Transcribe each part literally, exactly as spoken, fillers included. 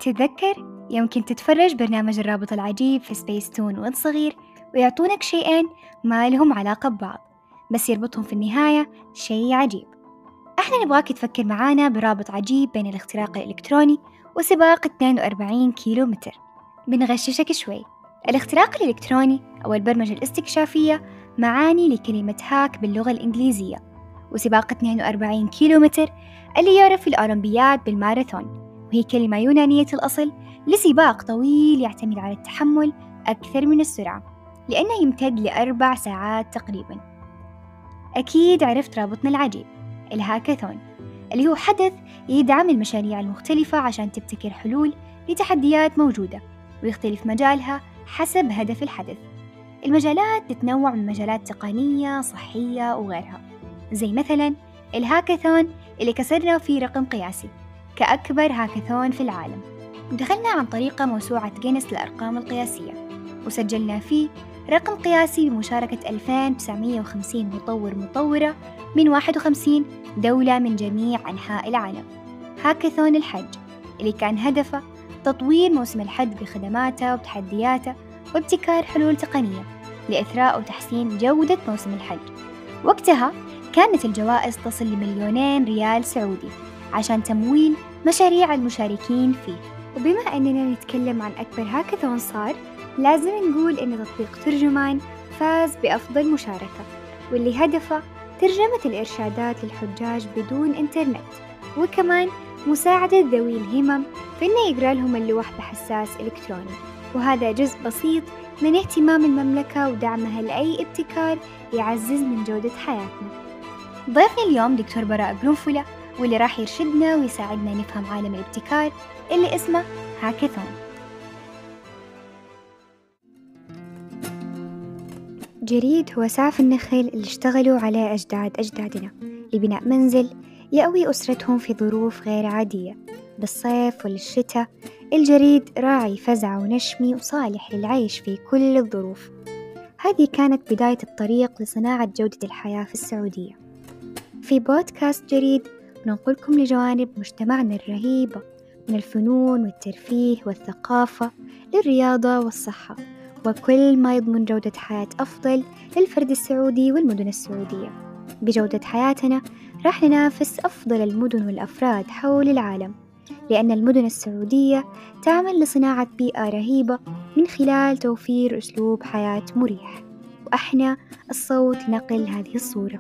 تتذكر يمكن تتفرج برنامج الرابط العجيب في سبيس تون وانت صغير ويعطونك شيئين ما لهم علاقة ببعض بس يربطهم في النهاية شيء عجيب. احنا نبغاك تفكر معانا برابط عجيب بين الاختراق الإلكتروني وسباق اثنين وأربعين كيلو متر. بنغششك شوي. الاختراق الإلكتروني أو البرمجة الاستكشافية معاني لكلمة هاك باللغة الإنجليزية، وسباق اثنين وأربعين كيلو متر اللي يعرف في الأولمبياد بالماراثون، وهي كلمة يونانية الأصل لسباق طويل يعتمد على التحمل أكثر من السرعة لأنه يمتد لأربع ساعات تقريباً. أكيد عرفت رابطنا العجيب، الهاكاثون، اللي هو حدث يدعم المشاريع المختلفة عشان تبتكر حلول لتحديات موجودة ويختلف مجالها حسب هدف الحدث. المجالات تتنوع من مجالات تقنية صحية وغيرها، زي مثلا الهاكاثون اللي كسرنا فيه رقم قياسي كأكبر هاكاثون في العالم. دخلنا عن طريق موسوعة جينيس للأرقام القياسية وسجلنا فيه رقم قياسي بمشاركة ألفين وتسعمائة وخمسين مطور مطورة من واحد وخمسين دولة من جميع أنحاء العالم. هاكاثون الحج اللي كان هدفه تطوير موسم الحج بخدماته وتحدياته وابتكار حلول تقنية لإثراء وتحسين جودة موسم الحج. وقتها كانت الجوائز تصل لمليونين ريال سعودي عشان تمويل مشاريع المشاركين فيه. وبما أننا نتكلم عن أكبر هاكاثون صار، لازم نقول أن تطبيق ترجمان فاز بأفضل مشاركة، واللي هدفه ترجمة الإرشادات للحجاج بدون إنترنت، وكمان مساعدة ذوي الهمم في أنه يقرأ لهم اللوح بحساس إلكتروني. وهذا جزء بسيط من اهتمام المملكة ودعمها لأي ابتكار يعزز من جودة حياتنا. ضيفنا اليوم دكتور براء قرنفلة، واللي راح يرشدنا ويساعدنا نفهم عالم الابتكار اللي اسمه هاكاثون. جريد هو سعف النخل اللي اشتغلوا عليه أجداد أجدادنا لبناء منزل يأوي أسرتهم في ظروف غير عادية بالصيف وللشتاء. الجريد راعي فزع ونشمي وصالح للعيش في كل الظروف. هذه كانت بداية الطريق لصناعة جودة الحياة في السعودية. في بودكاست جريد ننقلكم لجوانب مجتمعنا الرهيبة من الفنون والترفيه والثقافة للرياضة والصحة، وكل ما يضمن جودة حياة أفضل للفرد السعودي والمدن السعودية. بجودة حياتنا راح ننافس أفضل المدن والأفراد حول العالم، لأن المدن السعودية تعمل لصناعة بيئة رهيبة من خلال توفير أسلوب حياة مريح، وإحنا الصوت لنقل هذه الصورة.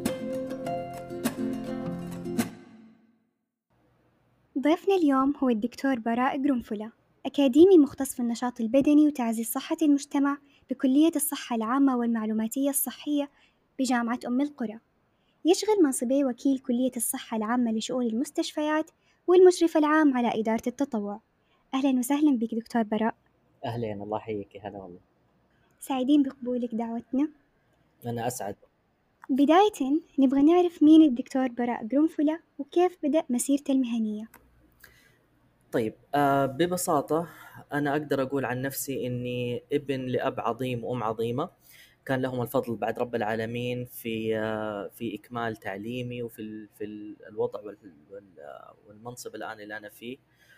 ضيفنا اليوم هو الدكتور براء قرنفلة، أكاديمي مختص في النشاط البدني وتعزيز صحة المجتمع بكلية الصحة العامة والمعلوماتية الصحية بجامعة أم القرى. يشغل منصبي وكيل كلية الصحة العامة لشؤون المستشفيات والمشرف العام على إدارة التطوع. أهلا وسهلا بك دكتور براء. أهلين، الله يحييك. هلا والله. سعيدين بقبولك دعوتنا. أنا أسعد. بداية نبغى نعرف مين الدكتور براء قرنفلة وكيف بدأ مسيرته المهنية. طيب، آه ببساطة أنا أقدر أقول عن نفسي إني ابن لأب عظيم وأم عظيمة، كان لهم الفضل بعد رب العالمين في آه في إكمال تعليمي وفي ال في ال الوضع وال وال والمنصب الآن اللي أنا فيه.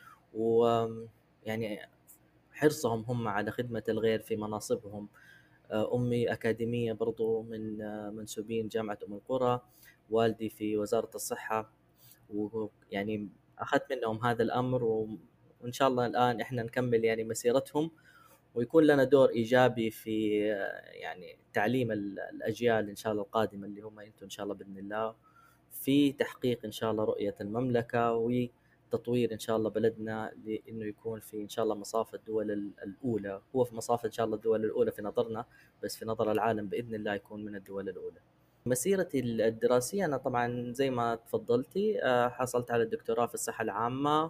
ويعني حرصهم هم على خدمة الغير في مناصبهم. آه أمي أكاديمية برضو من آه منسوبين جامعة أم القرى، والدي في وزارة الصحة، ويعني أخذت منهم هذا الأمر، وإن شاء الله الآن إحنا نكمل يعني مسيرتهم، ويكون لنا دور إيجابي في يعني تعليم الأجيال إن شاء الله القادمة اللي هم أنتم إن شاء الله بإذن الله، في تحقيق إن شاء الله رؤية المملكة وتطوير إن شاء الله بلدنا لأنه يكون في إن شاء الله مصاف الدول الأولى. هو في مصاف إن شاء الله الدول الأولى في نظرنا، بس في نظر العالم بإذن الله يكون من الدول الأولى. مسيرتي الدراسية أنا طبعا زي ما تفضلتي حصلت على الدكتوراه في الصحة العامة،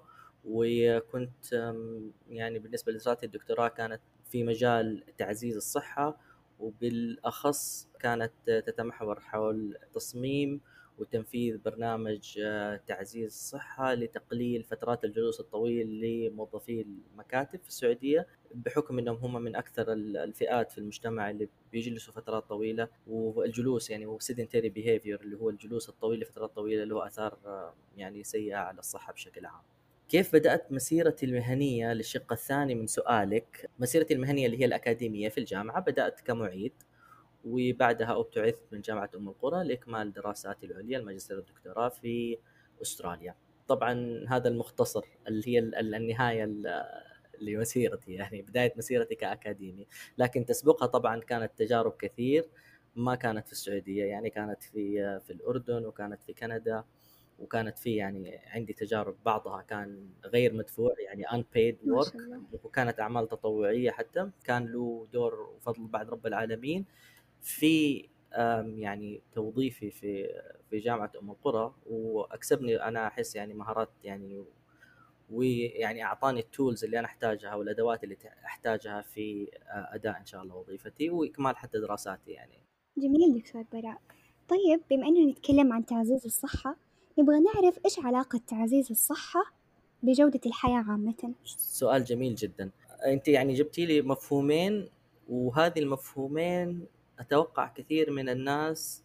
وكنت يعني بالنسبة لدراسة الدكتوراه كانت في مجال تعزيز الصحة، وبالأخص كانت تتمحور حول تصميم وتنفيذ برنامج تعزيز الصحة لتقليل فترات الجلوس الطويل لموظفي المكاتب في السعودية، بحكم أنهم هم من أكثر الفئات في المجتمع اللي بيجلسوا فترات طويلة. والجلوس يعني هو sedentary behavior اللي هو الجلوس الطويل لفترات طويلة له آثار يعني سيئة على الصحة بشكل عام. كيف بدأت مسيرتي المهنية للشق الثاني من سؤالك؟ مسيرتي المهنية اللي هي الأكاديمية في الجامعة، بدأت كمعيد، وبعدها ابتعثت من جامعة أم القرى لإكمال دراساتي العليا الماجستير والدكتوراه في أستراليا. طبعا هذا المختصر اللي هي ال- ال- النهاية ال- لمسيرتي، يعني بداية مسيرتي كأكاديمي. لكن تسبقها طبعا كانت تجارب كثير، ما كانت في السعودية، يعني كانت في في الأردن، وكانت في كندا، وكانت في يعني عندي تجارب بعضها كان غير مدفوع، يعني unpaid ما شاء work، الله. وكانت أعمال تطوعية حتى كان له دور وفضل بعد رب العالمين في آم، يعني توظيفي في في جامعة أم القرى، وأكسبني أنا أحس يعني مهارات، يعني ويعني أعطاني التولز اللي أنا أحتاجها والأدوات اللي أحتاجها في آه، أداء إن شاء الله وظيفتي وإكمال حتى دراساتي يعني. جميل دكتور براء. طيب بما أننا نتكلم عن تعزيز الصحة، نبغى نعرف إيش علاقة تعزيز الصحة بجودة الحياة عامة؟ سؤال جميل جدا. أنت يعني جبتي لي مفهومين، وهذه المفهومين أتوقع كثير من الناس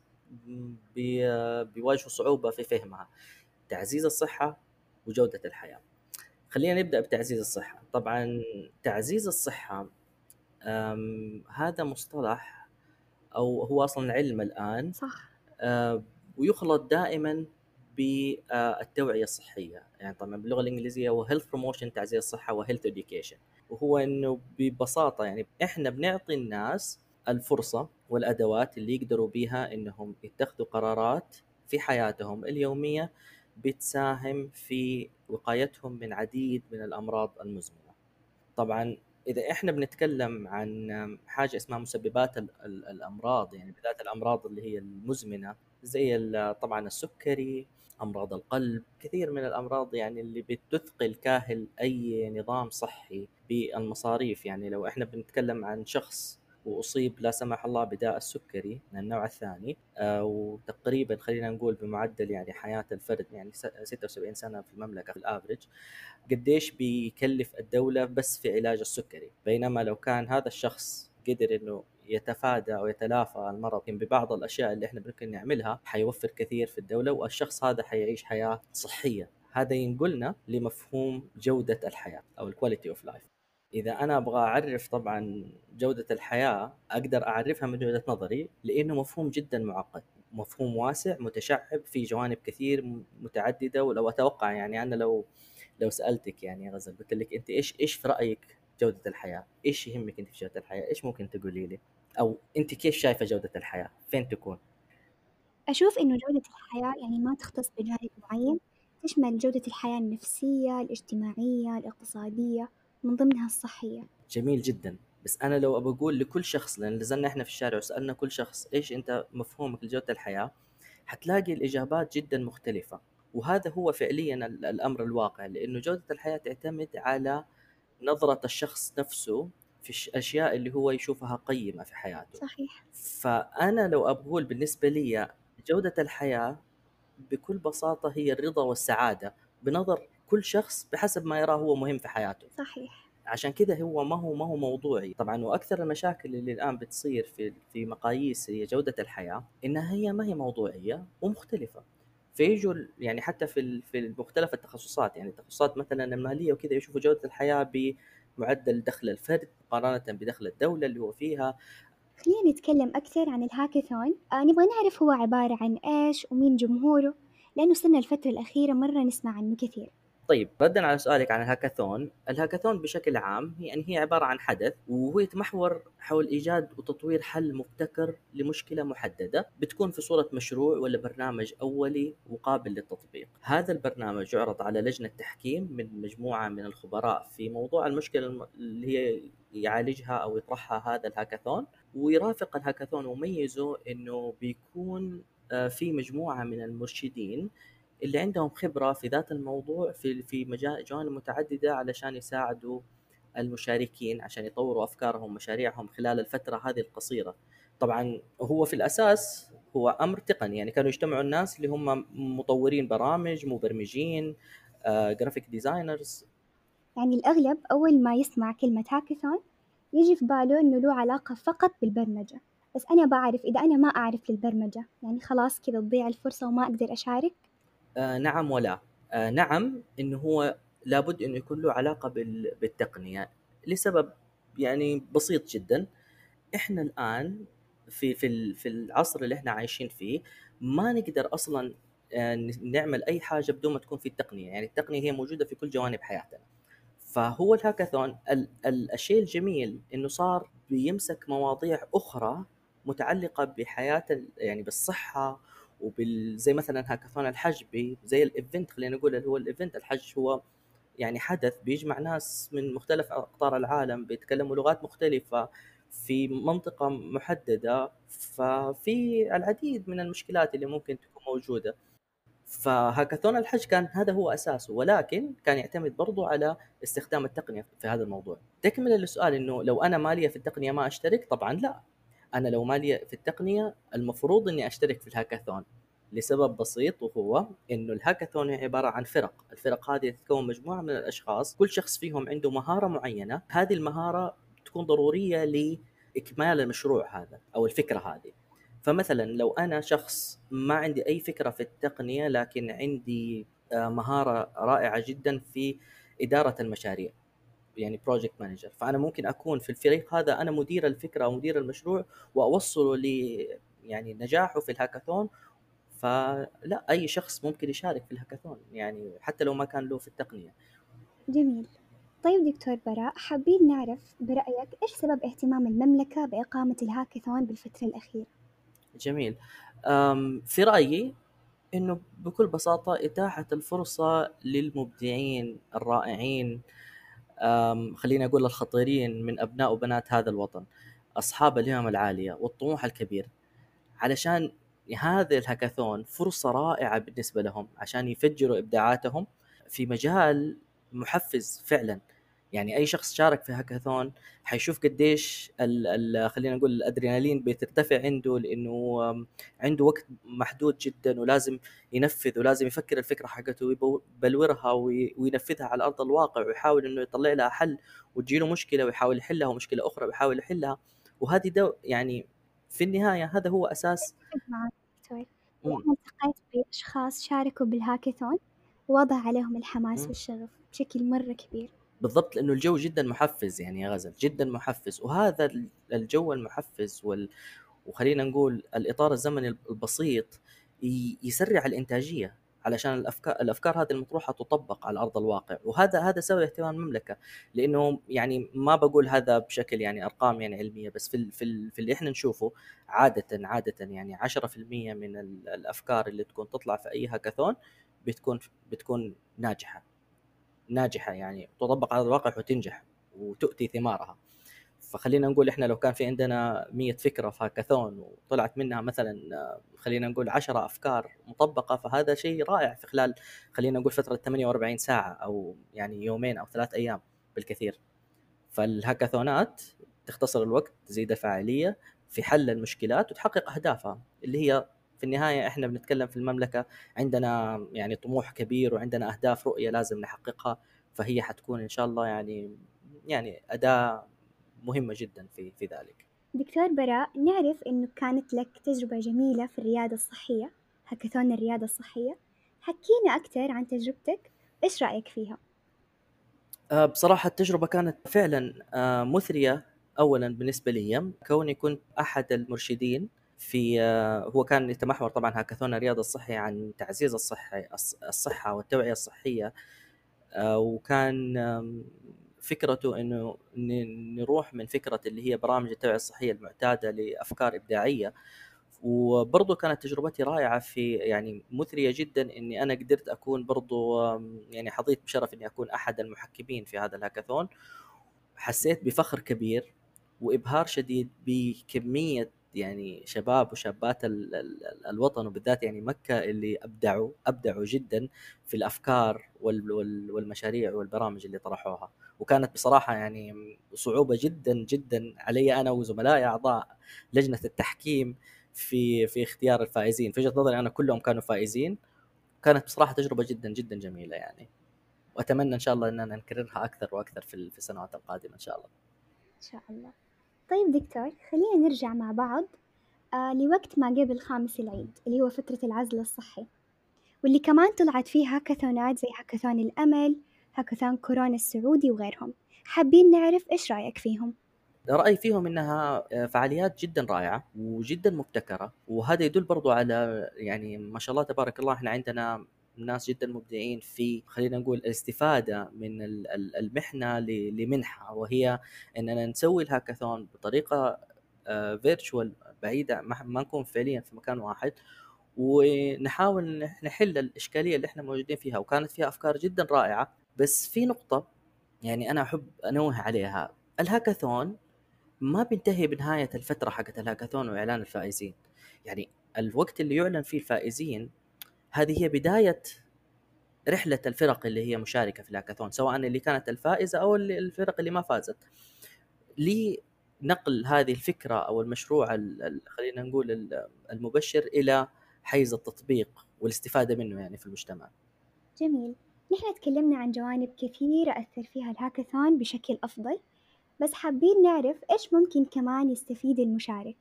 بي- بيواجهوا صعوبة في فهمها: تعزيز الصحة وجودة الحياة. خلينا نبدأ بتعزيز الصحة. طبعا تعزيز الصحة أم، هذا مصطلح، أو هو أصلا علم الآن، صح. أه، ويخلط دائما بالتوعية الصحية. يعني طبعا باللغة الإنجليزية هو health promotion، تعزيز الصحة، و health education. وهو إنه ببساطة يعني إحنا بنعطي الناس الفرصة والأدوات اللي يقدروا بيها إنهم يتخذوا قرارات في حياتهم اليومية بتساهم في وقايتهم من عديد من الأمراض المزمنة. طبعا اذا احنا بنتكلم عن حاجه اسمها مسببات ال- ال- الامراض، يعني بالذات الامراض اللي هي المزمنه، زي ال- طبعا السكري، امراض القلب، كثير من الامراض يعني اللي بتثقل كاهل اي نظام صحي بالمصاريف. يعني لو احنا بنتكلم عن شخص واصيب لا سمح الله بداء السكري من النوع الثاني، آه، وتقريبا خلينا نقول بمعدل يعني حياه الفرد يعني س- ستة وسبعين سنه في المملكه في الافرج، قديش بيكلف الدولة بس في علاج السكري. بينما لو كان هذا الشخص قدر انه يتفادى او يتلافى المرض ببعض الاشياء اللي احنا ممكن نعملها، حيوفر كثير في الدولة، والشخص هذا حيعيش حياة صحية. هذا ينقلنا لمفهوم جودة الحياة او الكواليتي اوف لايف. اذا انا ابغى اعرف طبعا جودة الحياة، اقدر اعرفها من وجهة نظري، لانه مفهوم جدا معقد، مفهوم واسع متشعب في جوانب كثير متعددة. ولو اتوقع يعني انا لو لو سألتك يعني يا غزل، قلت لك انت ايش ايش في رأيك جودة الحياة، ايش يهمك انت في جودة الحياة، ايش ممكن تقولي لي؟ او انت كيف شايفة جودة الحياة فين تكون؟ أشوف إنه جودة الحياة يعني ما تختص بجانب معين، تشمل جودة الحياة النفسية، الاجتماعية، الاقتصادية، من ضمنها الصحية. جميل جدا. بس انا لو ابى اقول لكل شخص، لان نزلنا احنا في الشارع وسألنا كل شخص ايش انت مفهومك لجودة الحياة، حتلاقي الاجابات جدا مختلفة. وهذا هو فعليا ال- الامر الواقع، لانه جودة الحياة تعتمد على نظرة الشخص نفسه في الأشياء اللي هو يشوفها قيمة في حياته. صحيح. فأنا لو أقول بالنسبة لي جودة الحياة بكل بساطة هي الرضا والسعادة بنظر كل شخص بحسب ما يراه هو مهم في حياته. صحيح. عشان كذا هو ما هو ما هو موضوعي طبعا. واكثر المشاكل اللي الان بتصير في في مقاييس هي جوده الحياه، انها هي ما هي موضوعيه ومختلفه. فيجوا ال- يعني حتى في ال- في مختلف التخصصات، يعني التخصصات مثلا الماليه وكذا، يشوفوا جوده الحياه بمعدل دخل الفرد مقارنه بدخل الدوله اللي هو فيها. خلينا نتكلم أكثر عن الهاكاثون. آه نبغى نعرف هو عبارة عن إيش ومين جمهوره، لأنه صرنا الفترة الأخيرة مرة نسمع عنه كثير. طيب ردا على سؤالك عن الهاكاثون، الهاكاثون بشكل عام هي يعني هي عبارة عن حدث، وهو يتمحور حول إيجاد وتطوير حل مبتكر لمشكلة محددة، بتكون في صورة مشروع ولا برنامج أولي وقابل للتطبيق. هذا البرنامج يعرض على لجنة تحكيم من مجموعة من الخبراء في موضوع المشكلة الم- اللي هي يعالجها أو يطرحها هذا الهاكاثون. ويرافق الهاكاثون وميزه أنه بيكون آه، في مجموعة من المرشدين اللي عندهم خبرة في ذات الموضوع في في مجال جوانب متعددة، علشان يساعدوا المشاركين عشان يطوروا أفكارهم ومشاريعهم خلال الفترة هذه القصيرة. طبعا هو في الأساس هو أمر تقني، يعني كانوا يجتمعوا الناس اللي هم مطورين برامج، مبرمجين، جرافيك ديزاينرز. يعني الأغلب أول ما يسمع كلمة هاكاثون يجي في باله إنه له علاقة فقط بالبرمجة. بس أنا بعرف إذا أنا ما أعرف للبرمجة يعني خلاص كذا تضيع الفرصة وما أقدر أشارك. آه نعم ولا. آه نعم، إنه هو لابد انه يكون له علاقه بال- بالتقنيه، لسبب يعني بسيط جدا. احنا الان في في ال- في العصر اللي احنا عايشين فيه، ما نقدر اصلا آه، نعمل اي حاجه بدون ما تكون في التقنيه. يعني التقنيه هي موجوده في كل جوانب حياتنا. فهو الهاكاثون ال ال الشيء الجميل انه صار بيمسك مواضيع اخرى متعلقه بحياه ال- يعني بالصحه، وبال زي مثلا هاكاثون الحج، بي- زي الايفنت، خلينا نقول اللي هو الايفنت الحج، هو يعني حدث بيجمع ناس من مختلف أقطار العالم بيتكلموا لغات مختلفة في منطقة محددة. ففي العديد من المشكلات اللي ممكن تكون موجودة. فهاكاثون الحج كان هذا هو أساسه، ولكن كان يعتمد برضو على استخدام التقنية في هذا الموضوع. تكمل للسؤال إنه لو أنا مالية في التقنية ما أشترك، طبعا لا. انا لو مالي في التقنيه المفروض اني اشترك في الهاكاثون، لسبب بسيط، وهو انه الهاكاثون هي عباره عن فرق. الفرق هذه تتكون مجموعه من الاشخاص، كل شخص فيهم عنده مهاره معينه، هذه المهاره تكون ضروريه لاكمال المشروع هذا او الفكره هذه. فمثلا لو انا شخص ما عندي اي فكره في التقنيه، لكن عندي آه، مهاره رائعه جدا في اداره المشاريع، يعني بروجكت مانجر، فانا ممكن اكون في الفريق هذا انا مدير الفكره او مدير المشروع، واوصله ل يعني نجاحه في الهاكاثون. فلا، اي شخص ممكن يشارك في الهاكاثون يعني حتى لو ما كان له في التقنيه. جميل. طيب دكتور براء، حابين نعرف برأيك إيش سبب اهتمام المملكة بإقامة الهاكاثون بالفترة الأخيرة؟ جميل. أم، في رايي انه بكل بساطه اتاحه الفرصه للمبدعين الرائعين، أم، خليني اقول الخطيرين من ابناء وبنات هذا الوطن، اصحاب الهمم العاليه والطموح الكبير، علشان هذا الهاكاثون فرصة رائعة بالنسبة لهم عشان يفجروا إبداعاتهم في مجال محفز فعلا. يعني أي شخص شارك في هاكاثون حيشوف قديش ال ال خلينا نقول الأدرينالين بترتفع عنده، لأنه آم، عنده وقت محدود جدا، ولازم ينفذ، ولازم يفكر الفكرة حقته ويبلورها وي- وينفذها على أرض الواقع، ويحاول إنه يطلع لها حل، وتجيله مشكلة ويحاول يحلها، ومشكلة أخرى ويحاول يحلها. وهذه دو يعني في النهاية هذا هو أساس. أتفق معك دكتور. مم. أنا التقيت بأشخاص شاركوا بالهاكاثون ووضع عليهم الحماس مم. والشغف بشكل مرة كبير. بالضبط، لأنه الجو جدا محفز يعني يا غزل، جدا محفز. وهذا ال- الجو المحفز وال... وخلينا نقول الإطار الزمني البسيط ي- يسرع الإنتاجية، علشان الأفكار الأفكار هذه المطروحة تطبق على أرض الواقع. وهذا هذا سبب اهتمام المملكة، لأنه يعني ما بقول هذا بشكل يعني أرقام يعني علمية، بس في ال... في, ال... في اللي إحنا نشوفه عادة عادة يعني عشرة في المية من ال- الأفكار اللي تكون تطلع في أي هاكاثون بتكون بتكون ناجحة. ناجحه يعني تطبق على الواقع وتنجح وتؤتي ثمارها. فخلينا نقول احنا لو كان في عندنا مية فكره في هاكاثون وطلعت منها مثلا آه، خلينا نقول عشرة افكار مطبقه، فهذا شيء رائع في خلال خلينا نقول فتره ثمانية وأربعين ساعه، او يعني يومين او ثلاث ايام بالكثير. فالهاكاثونات تختصر الوقت، تزيد الفاعليه في حل المشكلات وتحقق اهدافها، اللي هي في النهايه احنا بنتكلم في المملكه عندنا يعني طموح كبير، وعندنا اهداف رؤيه لازم نحققها. فهي حتكون ان شاء الله يعني يعني اداه مهمه جدا في في ذلك. دكتور براء، نعرف إنه كانت لك تجربة جميلة في الريادة الصحية، هاكاثون الريادة الصحية. حكينا أكثر عن تجربتك، إيش رأيك فيها؟ آه، بصراحه التجربه كانت فعلا آه، مثريه. اولا بالنسبه لي كوني كنت احد المرشدين في آه، هو كان يتمحور طبعا هاكاثون الرياضه الصحيه عن تعزيز الصحه الصحه والتوعيه الصحيه. آه، وكان آم، فكرته انه ن- نروح من فكره اللي هي برامج التوعيه الصحيه المعتاده لافكار ابداعيه. وبرضه كانت تجربتي رائعه في يعني مثريه جدا اني انا قدرت اكون برضه آم، يعني حظيت بشرف اني اكون احد المحكمين في هذا الهاكاثون. حسيت بفخر كبير وابهار شديد بكميه يعني شباب وشابات ال- ال- ال- الوطن، وبالذات يعني مكه، اللي ابدعوا ابدعوا جدا في الافكار وال- وال- والمشاريع والبرامج اللي طرحوها. وكانت بصراحه يعني صعوبه جدا جدا علي انا وزملائي اعضاء لجنه التحكيم في في اختيار الفائزين. في وجهه نظري انا كلهم كانوا فائزين. كانت بصراحه تجربه جدا جدا جميله يعني. واتمنى ان شاء الله اننا نكررها اكثر واكثر في في السنوات القادمه ان شاء الله. إن شاء الله. طيب دكتور، خلينا نرجع مع بعض آه لوقت ما قبل خامس العيد اللي هو فترة العزل الصحي، واللي كمان طلعت فيه هاكاثونات زي هاكاثون الأمل، هاكاثون كورونا السعودي وغيرهم، حابين نعرف إيش رأيك فيهم؟ رأيي فيهم إنها آه، فعاليات جدا رائعة وجدا مبتكرة، وهذا يدل برضو على يعني ما شاء الله تبارك الله إحنا عندنا ناس جدا مبدعين في خلينا نقول الاستفادة من ال- ال- المحنة ل- لمنحة، وهي إننا نسوي الهاكاثون بطريقة فيرتشوال بعيدة، ما ما نكون فعليا في مكان واحد، ونحاول نح- نحل الإشكالية اللي إحنا موجودين فيها. وكانت فيها أفكار جدا رائعة، بس في نقطة يعني أنا أحب أنوه عليها. الهاكاثون ما بينتهي بنهاية الفترة حقت الهاكاثون وإعلان الفائزين. يعني الوقت اللي يعلن فيه الفائزين هذه هي بداية رحلة الفرق اللي هي مشاركة في الهاكاثون، سواء اللي كانت الفائزة أو اللي الفرق اللي ما فازت، لنقل هذه الفكرة أو المشروع ال- ال- خلينا نقول ال- المبشر إلى حيز التطبيق والاستفادة منه يعني في المجتمع. جميل. نحن تكلمنا عن جوانب كثيرة أثر فيها الهاكاثون بشكل أفضل، بس حابين نعرف إيش ممكن كمان يستفيد المشارك.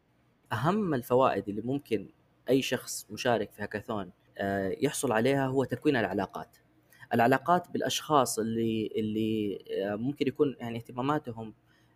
أهم الفوائد اللي ممكن أي شخص مشارك في هاكاثون آه، يحصل عليها هو تكوين العلاقات. العلاقات بالاشخاص اللي اللي آه، ممكن يكون يعني اهتماماتهم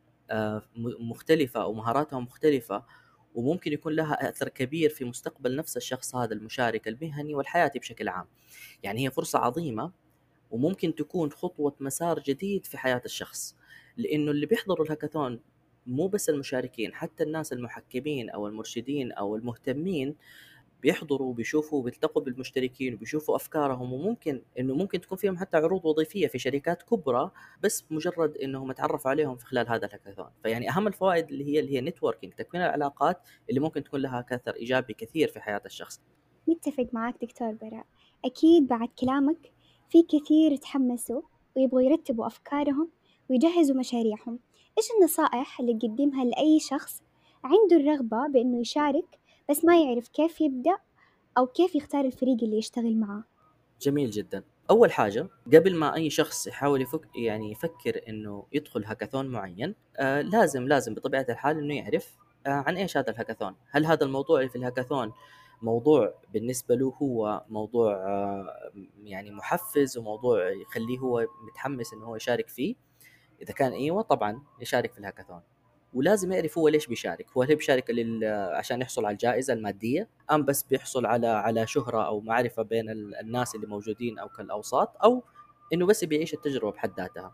آه، م- مختلفه او مهاراتهم مختلفه، وممكن يكون لها اثر كبير في مستقبل نفس الشخص هذا المشارك المهني والحياتي بشكل عام. يعني هي فرصه عظيمه، وممكن تكون خطوه مسار جديد في حياه الشخص، لانه اللي بيحضروا الهاكاثون مو بس المشاركين، حتى الناس المحكمين او المرشدين او المهتمين بيحضروا وبيشوفوا وبيلتقوا بالمشتركين وبيشوفوا افكارهم، وممكن انه ممكن تكون فيهم حتى عروض وظيفيه في شركات كبرى، بس مجرد انهم تعرفوا عليهم في خلال هذا الهاكاثون. فيعني اهم الفوائد اللي هي اللي هي نتوركينج، تكوين العلاقات اللي ممكن تكون لها اثر ايجابي كثير في حياه الشخص. نتفق معاك دكتور براء، أكيد بعد كلامك في كثير تحمسوا ويبغوا يرتبوا أفكارهم ويجهزوا مشاريعهم. إيش النصائح اللي تقدمها لأي شخص عنده الرغبة بإنه يشارك بس ما يعرف كيف يبدأ أو كيف يختار الفريق اللي يشتغل معاه؟ جميل جدا. اول حاجه قبل ما اي شخص يحاول يفك يعني يفكر انه يدخل هاكاثون معين، آه لازم لازم بطبيعه الحال انه يعرف آه عن ايش هذا الهاكاثون. هل هذا الموضوع اللي في الهاكاثون موضوع بالنسبه له هو موضوع آه يعني محفز وموضوع يخليه هو متحمس انه هو يشارك فيه؟ اذا كان ايوه طبعا يشارك في الهاكاثون. ولازم يعرف هو ليش بيشارك. هو ليه بيشارك؟ لل... عشان يحصل على الجائزة المادية، أم بس بيحصل على على شهرة أو معرفة بين ال- الناس اللي موجودين أو كالأوساط، أو إنه بس بيعيش التجربة بحد ذاتها.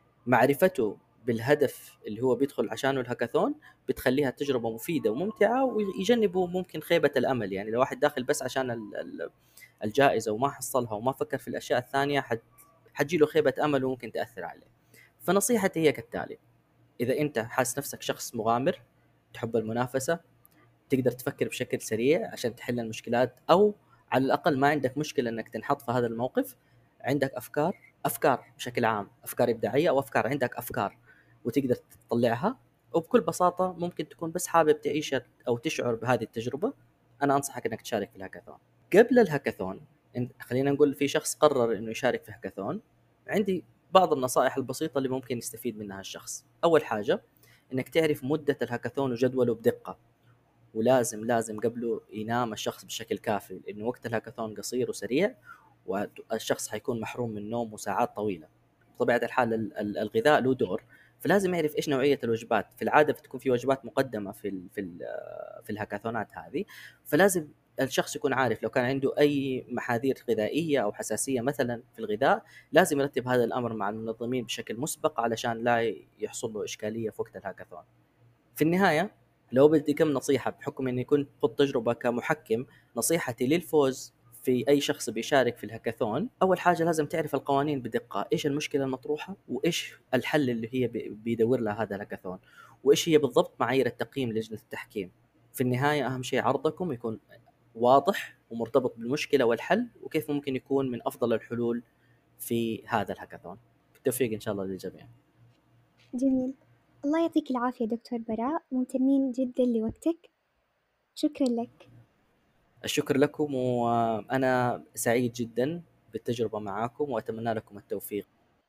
معرفته بالهدف اللي هو بيدخل عشانه الهاكاثون بتخليها التجربة مفيدة وممتعة، ويجنبه ممكن خيبة الأمل. يعني لو واحد داخل بس عشان ال- ال- الجائزة وما حصلها وما فكر في الأشياء الثانية، حد حتجيله خيبة أمل وممكن تأثر عليه. فنصيحتي هي كالتالي: إذا أنت حاس نفسك شخص مغامر، تحب المنافسة، تقدر تفكر بشكل سريع عشان تحل المشكلات، أو على الأقل ما عندك مشكلة أنك تنحط في هذا الموقف، عندك أفكار أفكار بشكل عام، أفكار إبداعية أو أفكار، عندك أفكار وتقدر تطلعها، وبكل بساطة ممكن تكون بس حابب تعيش أو تشعر بهذه التجربة، أنا أنصحك أنك تشارك في الهاكاثون. قبل الهاكاثون، إن- خلينا نقول في شخص قرر أنه يشارك في هاكاثون، عندي بعض النصائح البسيطة اللي ممكن يستفيد منها الشخص. أول حاجة انك تعرف مدة الهاكاثون وجدوله بدقة، ولازم لازم قبله ينام الشخص بشكل كافي، لانه وقت الهاكاثون قصير وسريع، والشخص حيكون محروم من النوم وساعات طويلة. بطبيعة الحال ال- ال- الغذاء له دور، فلازم يعرف ايش نوعية الوجبات. في العادة بتكون في وجبات مقدمة في ال في ال في الهاكاثونات هذه، فلازم الشخص يكون عارف لو كان عنده اي محاذير غذائية او حساسية مثلا في الغذاء، لازم يرتب هذا الامر مع المنظمين بشكل مسبق علشان لا يحصل له اشكالية في وقت الهاكاثون. في النهاية، لو بدي كم نصيحة بحكم اني كنت خذ تجربة كمحكم، نصيحتي للفوز في اي شخص بيشارك في الهاكاثون: اول حاجة لازم تعرف القوانين بدقة، ايش المشكلة المطروحة وايش الحل اللي هي بي- بيدور لها هذا الهاكاثون، وايش هي بالضبط معايير التقييم لجنة التحكيم. في النهاية اهم شيء عرضكم يكون واضح ومرتبط بالمشكلة والحل، وكيف ممكن يكون من افضل الحلول في هذا الهاكاثون. بالتوفيق ان شاء الله للجميع. جميل. الله يعطيك العافية دكتور براء، ممتنين جدا لوقتك، شكرا لك. الشكر لكم، وأنا سعيد جدا بالتجربة معاكم، وأتمنى لكم التوفيق.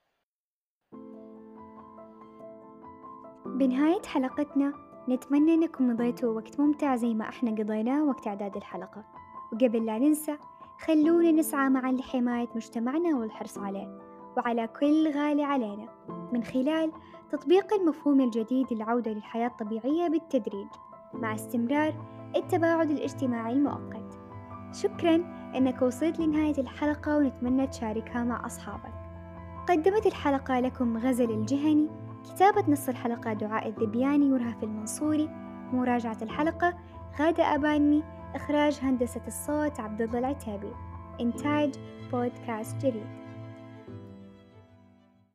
بنهاية حلقتنا نتمنى أنكم قضيتوا وقت ممتع زي ما احنا قضيناه وقت إعداد الحلقة. وقبل لا ننسى، خلونا نسعى معا لحماية مجتمعنا والحرص عليه، وعلى كل غالي علينا من خلال تطبيق المفهوم الجديد للعودة للحياة الطبيعية بالتدريج مع استمرار التباعد الاجتماعي المؤقت. شكراً أنك وصلت لنهاية الحلقة، ونتمنى تشاركها مع أصحابك. قدمت الحلقة لكم غزل الجهني، كتابة نص الحلقة دعاء الذبياني ورهف المنصوري، مراجعة الحلقة غادة أباني، إخراج هندسة الصوت عبد الله العتابي، إنتاج بودكاست جريد.